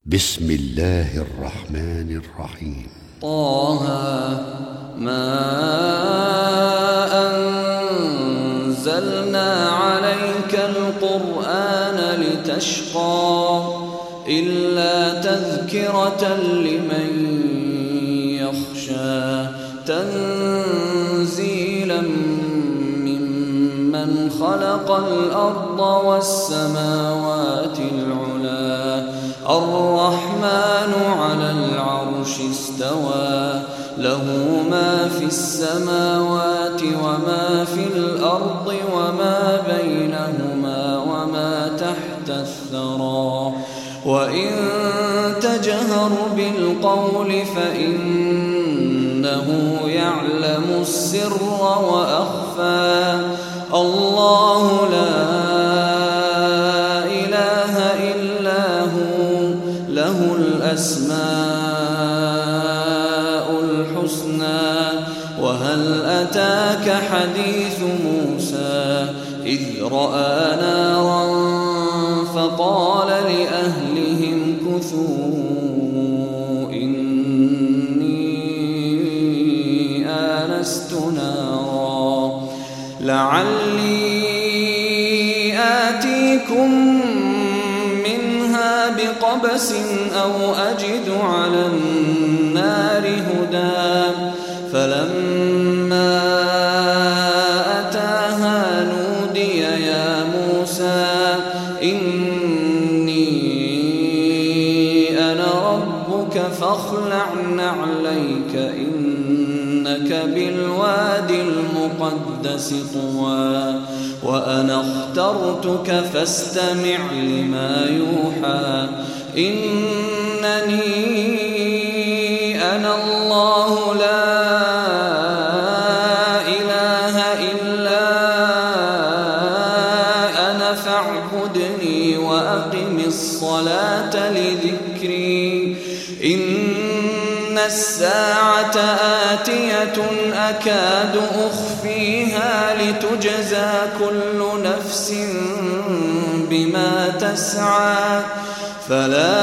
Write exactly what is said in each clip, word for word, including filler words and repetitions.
بسم الله الرحمن الرحيم. طه ما أنزلنا عليك القرآن لتشقى إلا تذكرة لمن يخشى تنزيلا ممن خلق الأرض والسماوات العلى الرحمن على العرش استوى له ما في السماوات وما في الأرض وما بينهما وما تحت الثرى وإن تجهر بالقول فإنه يعلم السر وأخفى الله لا إله إلا هو له الأسماء الحسنى وهل أتاك حديث موسى إذ رأى نارا فقال لأهلهم كثوا إني آنست نارا لعلي آتيكم بقبس أو أجد على النار هدى فلما أتاها نودي يا موسى إني أنا ربك فاخلع نعليك إنك بالواد المقدس طوى وأنا اخترتك فاستمع لما يوحى إنني أنا الله لا إله إلا أنا فاعبدني وأقم الصلاة لذكري إن الساعة آتية أكاد أخفيها لتجزى كل نفس بما تسعى فلا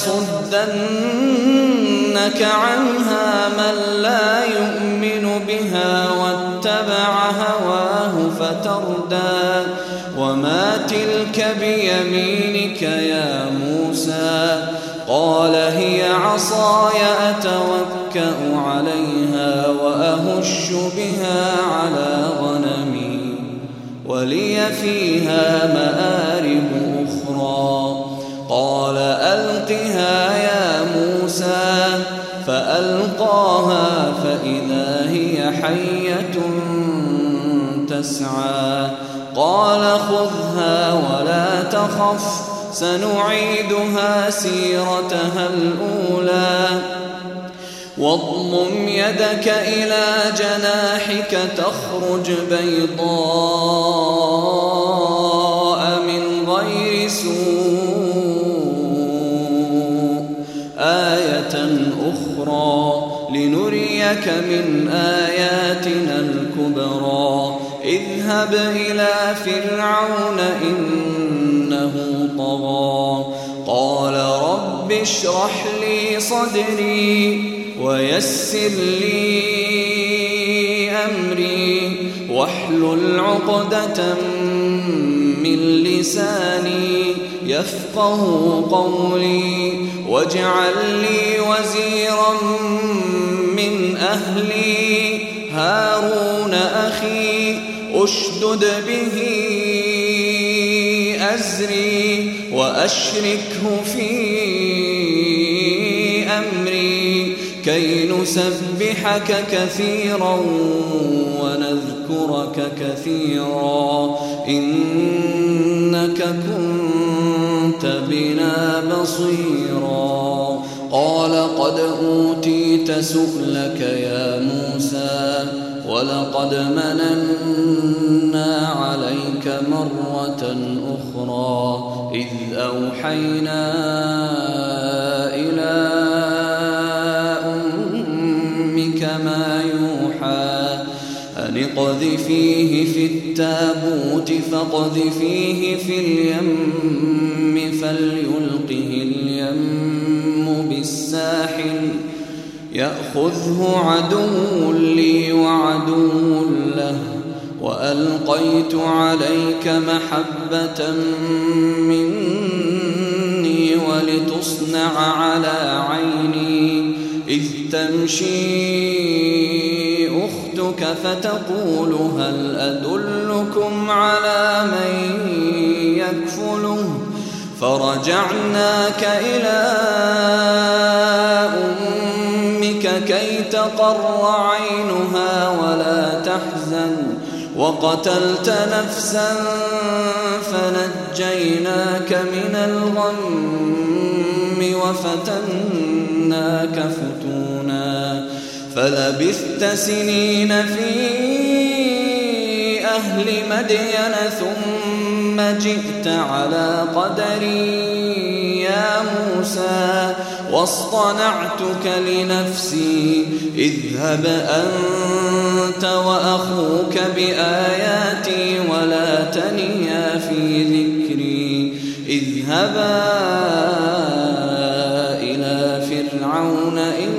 يصدنك عنها من لا يؤمن بها واتبع هواه فتردى وما تلك بيمينك يا موسى قال هي عصاي أتوكأ عليها وأهش بها على غنمي ولي فيها مآرب أخرى قال ألقها يا موسى فألقاها فإذا هي حية تسعى قال خذها ولا تخف سنعيدها سيرتها الأولى واضمم يدك إلى جناحك تخرج بيضاء من غير سوء آية أخرى لنريك من آياتنا الكبرى اذهب إلى فرعون إنه طغى قال رب اشرح لي صدري ويسر لي أمري واحلل عقدة من لساني يفقه قولي واجعل لي وزيرا من أهلي هارون أخي أشدد به أزري وأشركه في أمري كي نسبحك كثيرا ونذكرك كثيرا إنك كنت بنا بصيرا قال قد أوتيت سؤلك يا موسى ولقد مننا عليك مرة أخرى إذ أوحينا إلى أمك ما يوحى أن اقذفيه في التابوت فاقذفيه في اليم فليلقه اليم بالساحل يأخذه عدو لي وعدو له وألقيت عليك محبة مني ولتصنع على عيني إذ تمشي أختك فتقول هل أدلكم على من يكفله فرجعناك إلى أمك كي تقر عينها ولا تحزن وقتلت نفسا فنجيناك من الغم وفتناك فتونا فلبثت سنين في أهل مدين ثم جئت على قدري يا موسى واصطنعتك لنفسي اذهب أنت وأخوك بآياتي ولا تنيا في ذكري اذهبا إلى فرعون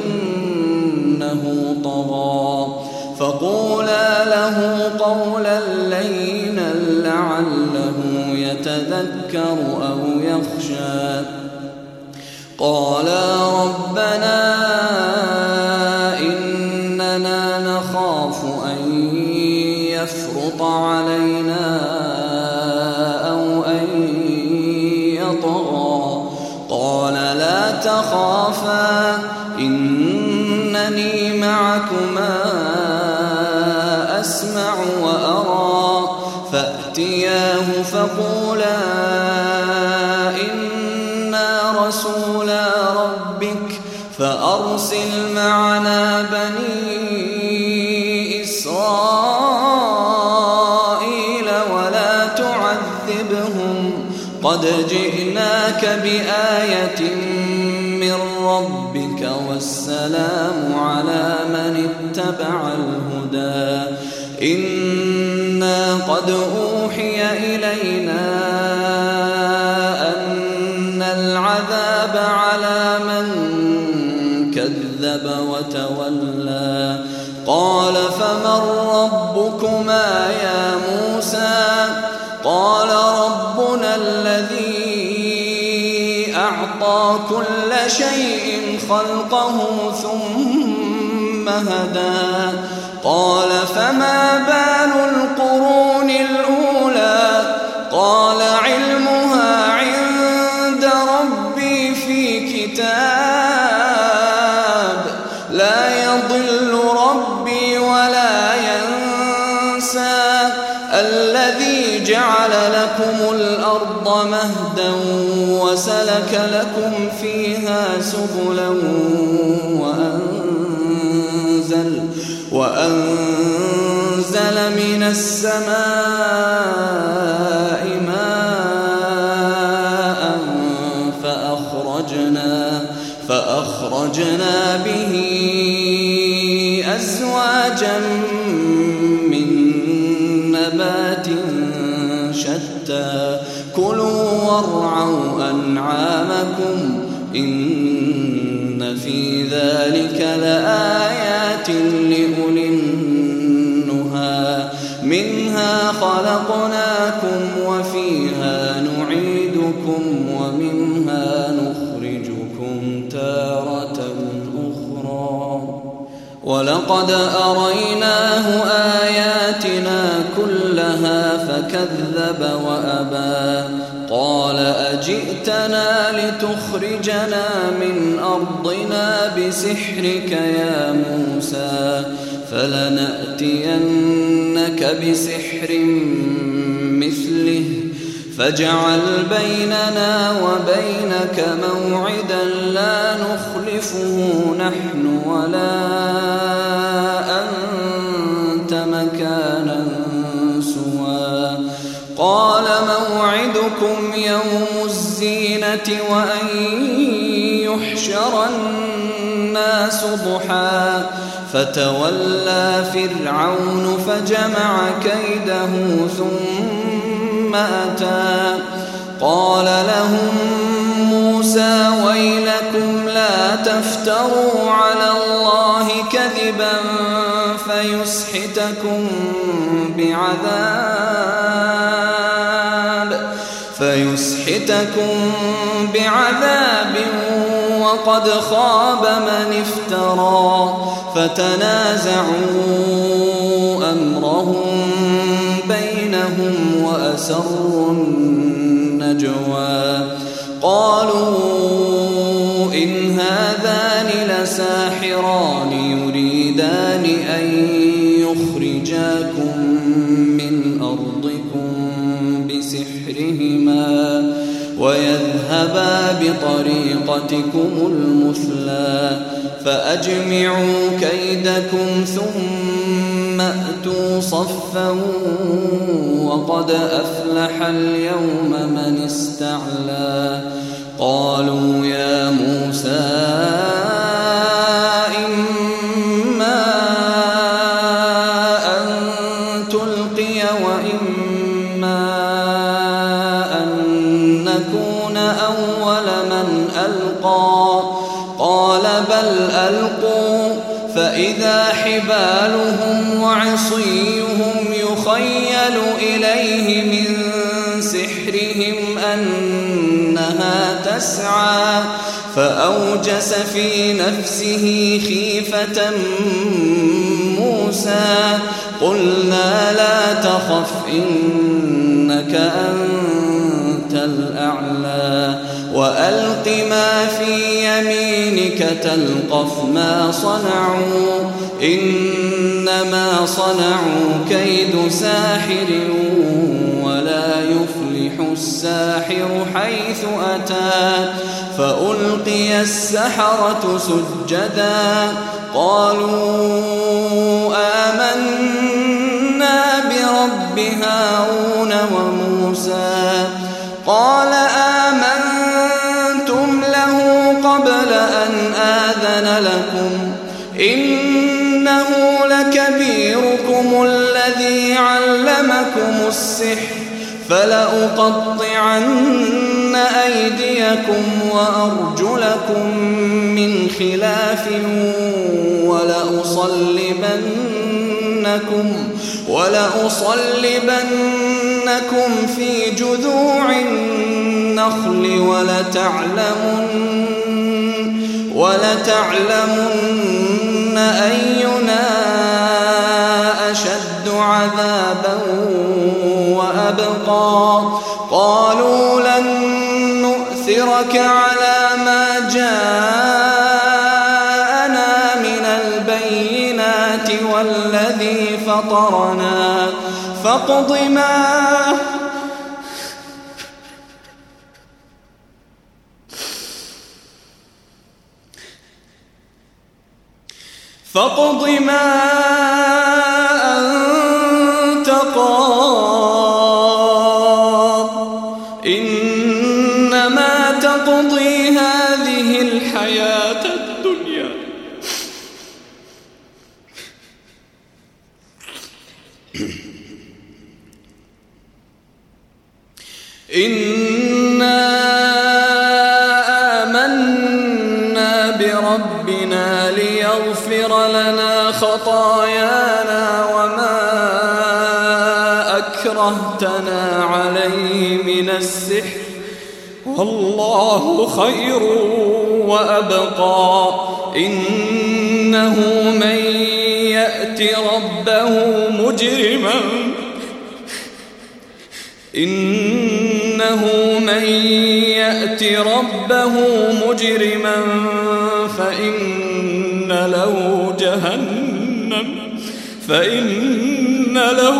إنه طغى فقولا له قولا لينا لعله يتذكر أو يخشى قالا ربنا إننا نخاف أن يفرط علينا أو أن يطغى قال لا تخافا إنني معكما أسمع وأرى فأتياه فقولا إنا رسولا ربك فأرسل معنا بني إسرائيل ولا تعذبهم قد جئناك بآية من ربك والسلام على من اتبع الهدى إنا قد أوحي إلينا أن العذاب على من كذب وتولى قال فمن ربكما يا موسى قال ربنا الذي أعطى كل شيء خلقه ثم هدى قال فما بال القرون الأولى قال علمها عند ربي في كتاب لا يضل ربي ولا ينسى الذي جعل لكم الأرض مهدا وسلك لكم فيها سبلا وأنزل, وأنزل من السماء ماء فأخرجنا, فأخرجنا به أزواجا من نبات شتى كلوا وارعوا أنعامكم إن في ذلك لآيات لأولي النهى منها خلقناكم وفيها نعيدكم ومنها نخرجكم تارة أخرى ولقد أريناه آياتنا كلها فكذب وأبى قال أجئتنا لتخرجنا من أرضنا بسحرك يا موسى فلنأتينك بسحر مثله فاجعل بيننا وبينك موعدا لا نخلفه نحن ولا أنت مكانا سوى قال موعدكم يوم الزينة وأن يحشر الناس ضحى فتولى فرعون فجمع كيده ثم أتى قال لهم موسى موسى ويلكم لا تفتروا على الله كذبا فيسحتكم بعذاب فيسحتكم بعذاب وقد خاب من افترى فتنازعوا أمرهم بينهم وأسروا النجوى قالوا إن هذان لساحران يريدان أن يخرجاكم من أرضكم بسحرهما ويذهبا بطريقتكم المثلى فأجمعوا كيدكم ثم أتوا صفا وقد أفلح اليوم من استعلى قالوا يا موسى إما أن تلقي وإما أن نكون أول من ألقى قال بل ألقوا فإذا حبالهم وعصيهم يخيل إليه من سحرهم أنها تسعى فأوجس في نفسه خيفة موسى قلنا لا تخف إنك أنت الأعلى وألق ما في يمينك تلقف ما صنعوا إنما صنعوا كيد ساحر ولا يفلح الساحر حيث أتى فألقي السحرة سجدا قالوا آمنا برب هارون وموسى قال آمنتم له قبل أن آذن لكم إنه لكبيركم الذي علمكم السحر فلأقطعن أيديكم وأرجلكم من خلاف ولأصلبنكم ولأصلبنكم في جذوع النخل ولتعلمن ولتعلمن أينا أشد عذابا وأبقى قالوا لن نؤثرك على ما جاءنا من البينات والذي فطرنا فاقض ما فاقض ما أنت قاض إنما تقضي هذه الحياة الدنيا إنا آمنا بربنا ليغفر لنا خطايانا وما أكرهتنا عليه من السحر والله خير وأبقى إنه من يأت ربه مجرما إنه من يأت ربه مجرما فإن له جهنم فإن له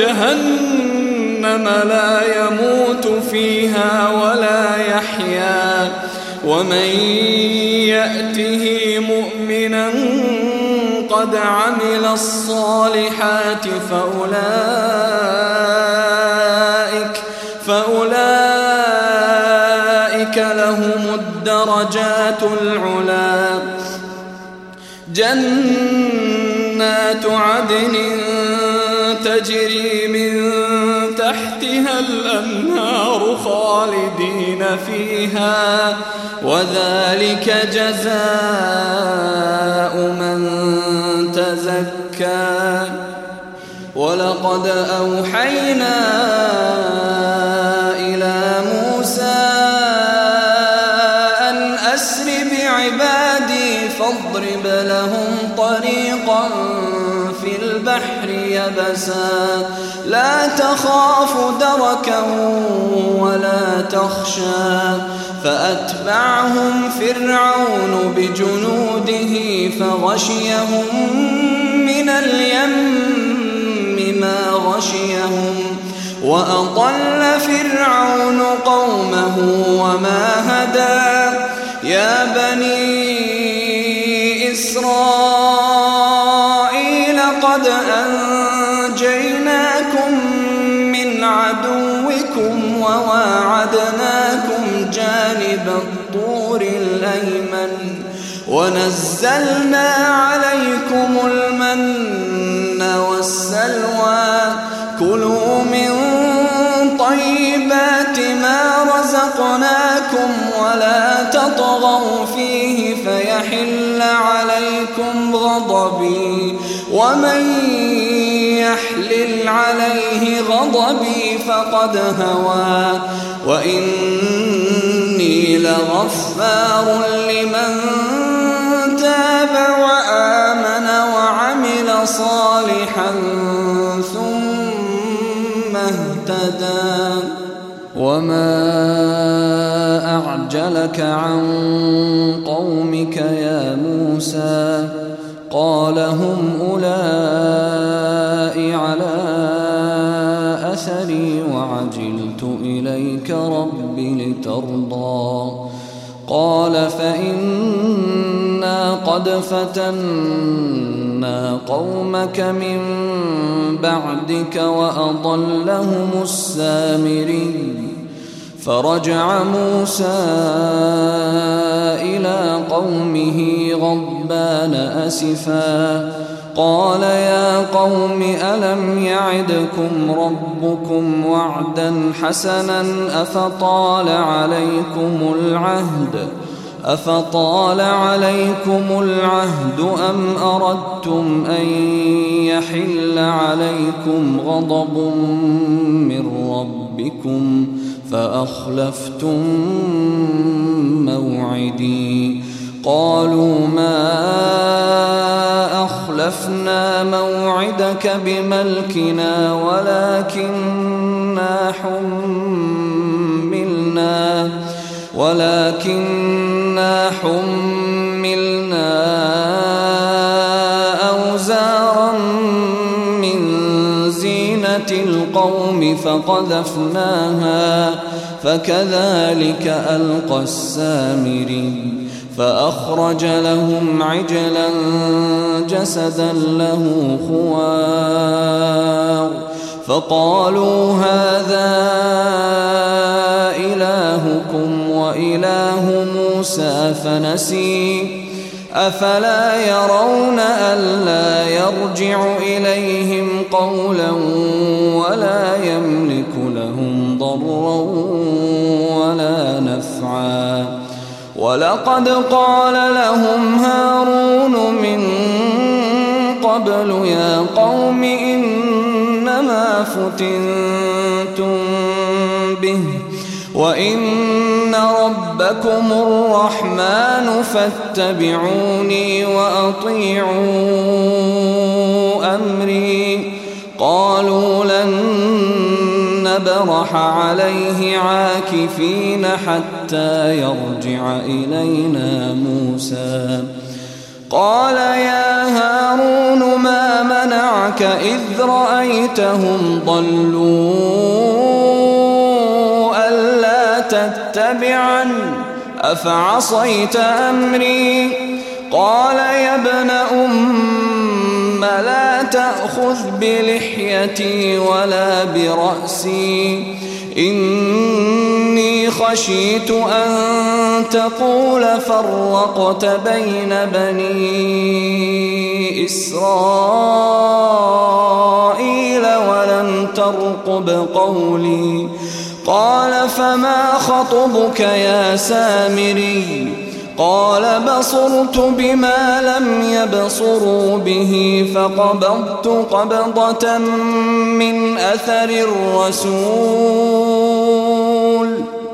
جهنم لا يموت فيها ولا يحيا ومن يأته مؤمنا قد عمل الصالحات فأولئك فأولئك لهم الدرجات العلا جنات عدن تجري من تحتها الأنهار النار خالدين فيها وذلك جزاء من تزكى ولقد أوحينا إلى موسى أن أسر بعبادي فاضرب لهم طريقا في البحر يبسا لا تخاف دركا ولا تخشى فأتبعهم فرعون بجنوده فغشيهم من اليم ما غشيهم وأضل فرعون قومه وما هدى يا بني إسرائيل قد أنجيناكم من عدوكم وواعدناكم جانب الطور الأيمن ونزلنا عليكم المن والسلوى كلوا من طيبات ما رزقناكم ولا تطغوا فيه فيحل عليكم غضبي ومن يحلل عليه غضبي فقد هوى وإني لغفار لمن تاب وآمن وعمل صالحا ثم اهتدى وما أعجلك عن قومك يا موسى قال هم أولئك على أثري وعجلت إليك رب لترضى قال فإنا قد فتنا قومك من بعدك وأضلهم السامري فرجع موسى إلى قومه غضبان أسفا قال يا قوم ألم يعدكم ربكم وعدا حسنا أفطال عليكم العهد أفطال عليكم العهد أم أردتم أن يحل عليكم غضب من ربكم فأخلفتم موعدي قالوا ما أخلفنا موعدك بملكنا ولكننا حملنا ولكننا حملنا أوزارا من زينة القوم فقذفناها فكذلك ألقى السامري فأخرج لهم عجلا جسدا له خوار فقالوا هذا إلهكم وإله موسى فنسي أفلا يرون ألا يرجع إليهم قولا ولا يملك لهم ضرا ولا نفعا ولقد قال لهم هارون من قبل يا قوم إنما فتنتم به وإن ربكم الرحمن فاتبعوني وأطيعوا أمري قالوا لن نبرح عليه عاكفين حتى يرجع إلينا موسى قال يا هارون ما منعك إذ رأيتهم ضلوا ألا تتبعن أفعصيت أمري قال يا ابن أم لا تأخذ بلحيتي ولا برأسي إني خشيت أن تقول فرقت بين بني إسرائيل ولم ترقب قولي قال فما خطبك يا سامري قال بصرت بما لم يبصروا به فقبضت قبضة من أثر الرسول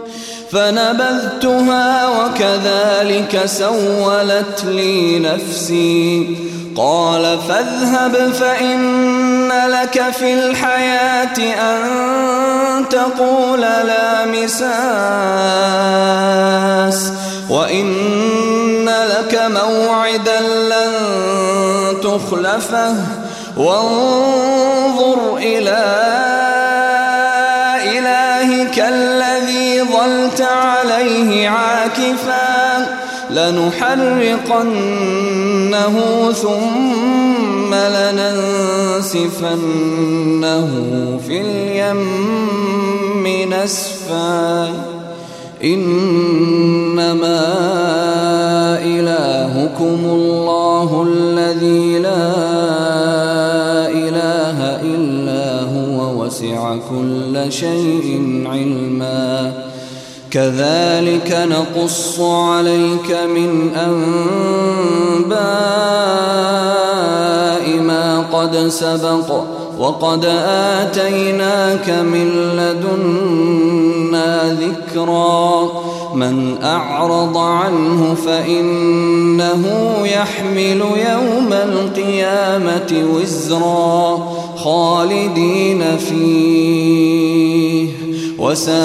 فنبذتها وكذلك سولت لي نفسي قال فاذهب فإن لك في الحياة أن تقول لا مساس وإن لك موعدا لن تخلفه وانظر إلى إلهك الذي ظلت عليه عاكفا لنحرقنه ثم لننسفنه في اليم نسفا إنما إلهكم الله الذي لا إله إلا هو وسع كل شيء علما كذلك نقص عليك من أنباء ما قد سبق وقد آتيناك من لدنا ذكرا من أعرض عنه فإنه يحمل يوم القيامة وزرا خالدين فيه وساء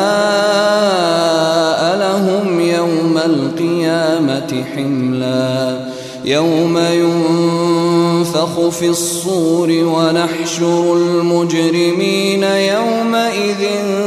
لهم يوم القيامة حملا يوم ينفخ في الصور ونحشر المجرمين يومئذ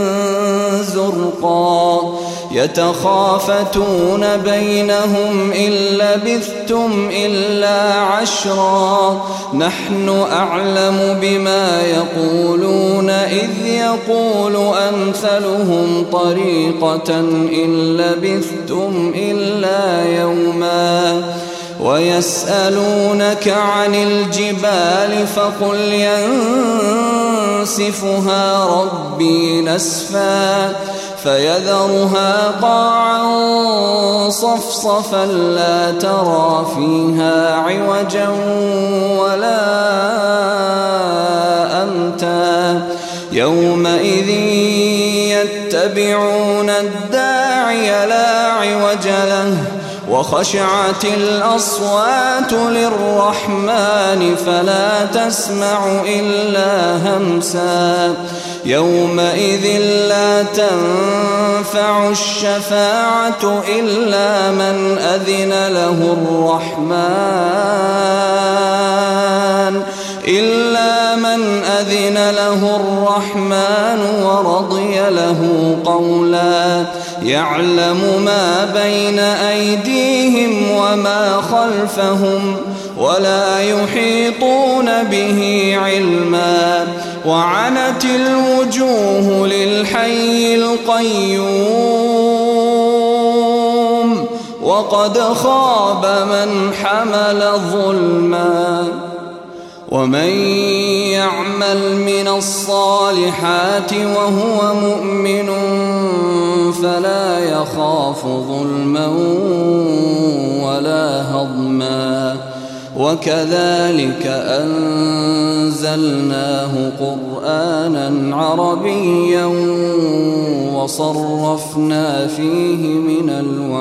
زرقا يتخافتون بينهم إن لبثتم إلا عشرا نحن أعلم بما يقولون إذ يقول أمثلهم طريقة إن لبثتم إلا يوما ويسألونك عن الجبال فقل ينسفها ربي نسفا فيذرها قاعا صفصفا لا ترى فيها عوجا ولا أمتا يومئذ يتبعون الداعي لا عوج له وخشعت الأصوات للرحمن فلا تسمع إلا همسا يومئذ لا تنفع الشفاعة إلا من أذن له الرحمن إلا من أذن له الرحمن ورضي له قولا يعلم ما بين أيديهم وما خلفهم ولا يحيطون به علما وعنت الوجوه للحي القيوم وقد خاب من حمل ظلما ومن يعمل من الصالحات وهو مؤمن فلا يخاف ظلما ولا هضما وكذلك أنزلناه قرآنا عربيا وصرفنا فيه من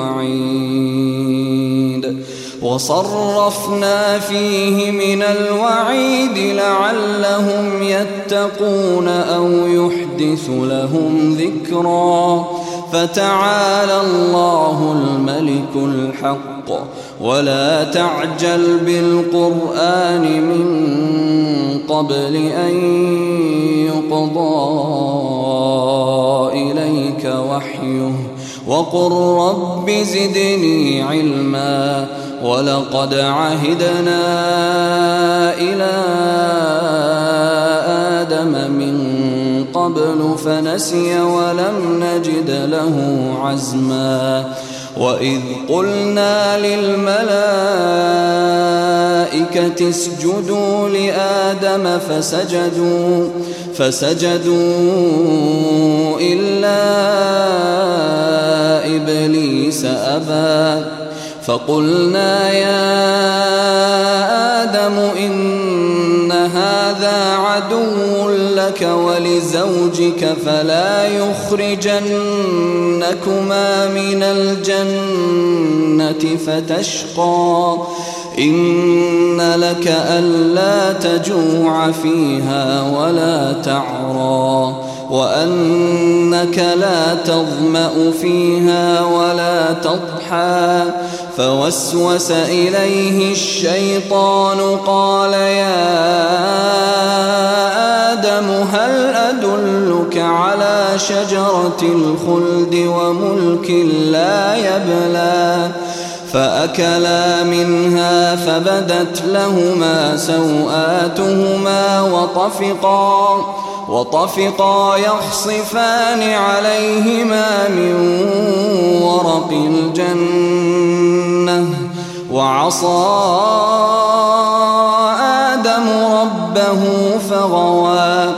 الوعيد وصرفنا فيه من الوعيد لعلهم يتقون أو يحدث لهم ذكرا فتعالى الله الملك الحق ولا تعجل بالقرآن من قبل أن يقضى إليك وحيه وقل رب زدني علما ولقد عهدنا إلى آدم من قبل فنسي ولم نجد له عزما وإذ قلنا للملائكة اسجدوا لآدم فسجدوا فسجدوا إلا إبليس أبى فقلنا يا آدم إن هذا عدو لك ولزوجك فلا يخرجنكما من الجنة فتشقى إن لك ألا تجوع فيها ولا تعرى وأنك لا تظمأ فيها ولا تضحى فوسوس إليه الشيطان قال يا آدم هل أدلك على شجرة الخلد وملك لا يبلى فأكلا منها فبدت لهما سوآتهما وطفقا وطفقا يخصفان عليهما من ورق الجنة وعصى آدم ربه فغوى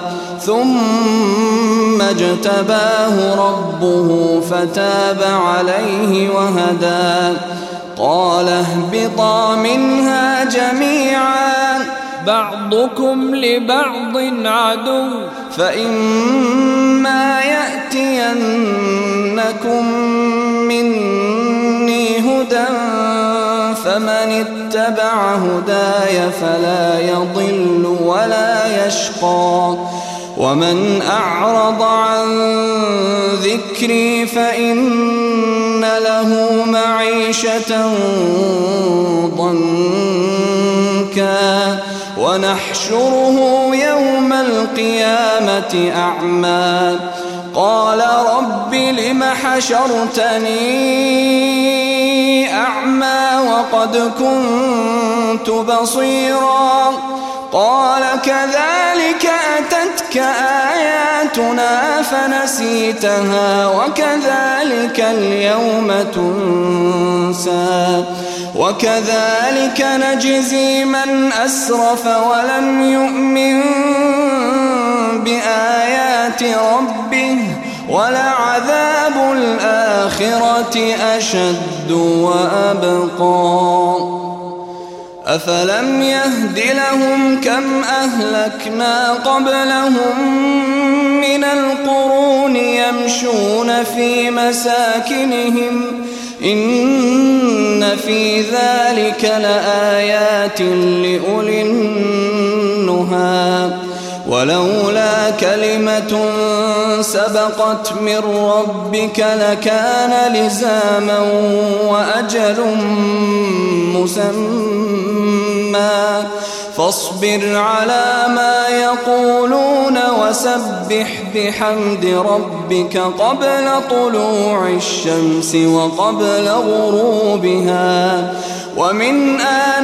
ثم اجتباه ربه فتاب عليه وهدى قال اهبطا منها جميعا بعضكم لبعض عدو فإما يأتينكم مني هدى فمن اتبع هداي فلا يضل ولا يشقى ومن أعرض عن ذكري فإن له معيشة ضنكا ونحشره يوم القيامة أعمى قال رب لم حشرتني أعمى وقد كنت بصيرا قال كذلك أتتك آياتنا فنسيتها وكذلك اليوم تنسى وكذلك نجزي من أسرف ولم يؤمن بآيات ربه ولعذاب الآخرة أشد وأبقى أفلم يهد لهم كم أهلكنا قبلهم من القرون يمشون في مساكنهم إن في ذلك لآيات لأولي النهى ولولا كلمة سبقت من ربك لكان لزاما وأجل مسمى فاصبر على ما يقولون وسبح بحمد ربك قبل طلوع الشمس وقبل غروبها ومن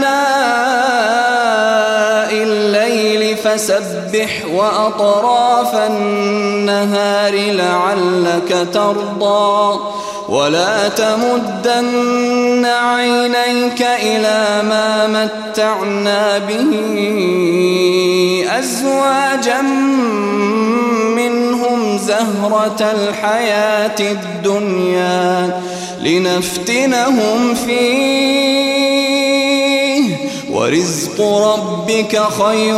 آناء الليل فسبح وأطراف النهار لعلك ترضى ولا تمدن عينيك إلى ما متعنا به أزواجا منهم زهرة الحياة الدنيا لنفتنهم فيه ورزق ربك خير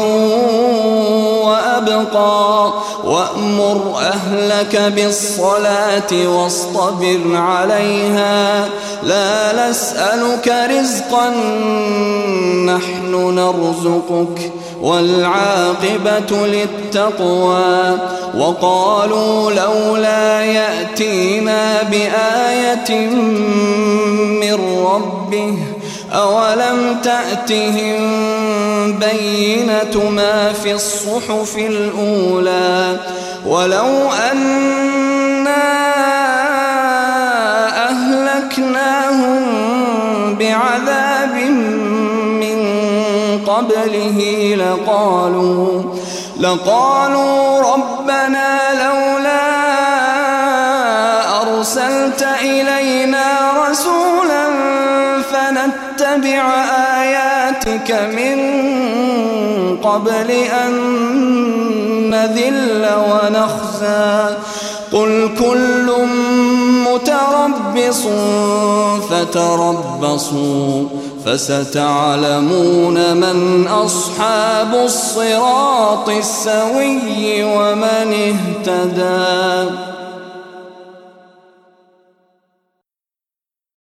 وأبقى وأمر أهلك بالصلاة واصطبر عليها لا نسألك رزقا نحن نرزقك والعاقبة للتقوى وقالوا لولا يأتينا بآية من ربه أولم تأتهم بينة ما في الصحف الأولى ولو أنا أهلكناهم بعذاب من قبله لقالوا لقالوا ربنا لولا أرسلت إلينا رسولا نتبع آياتك من قبل أن نذل ونخزى قل كل متربص فتربصوا فستعلمون من أصحاب الصراط السوي ومن اهتدى.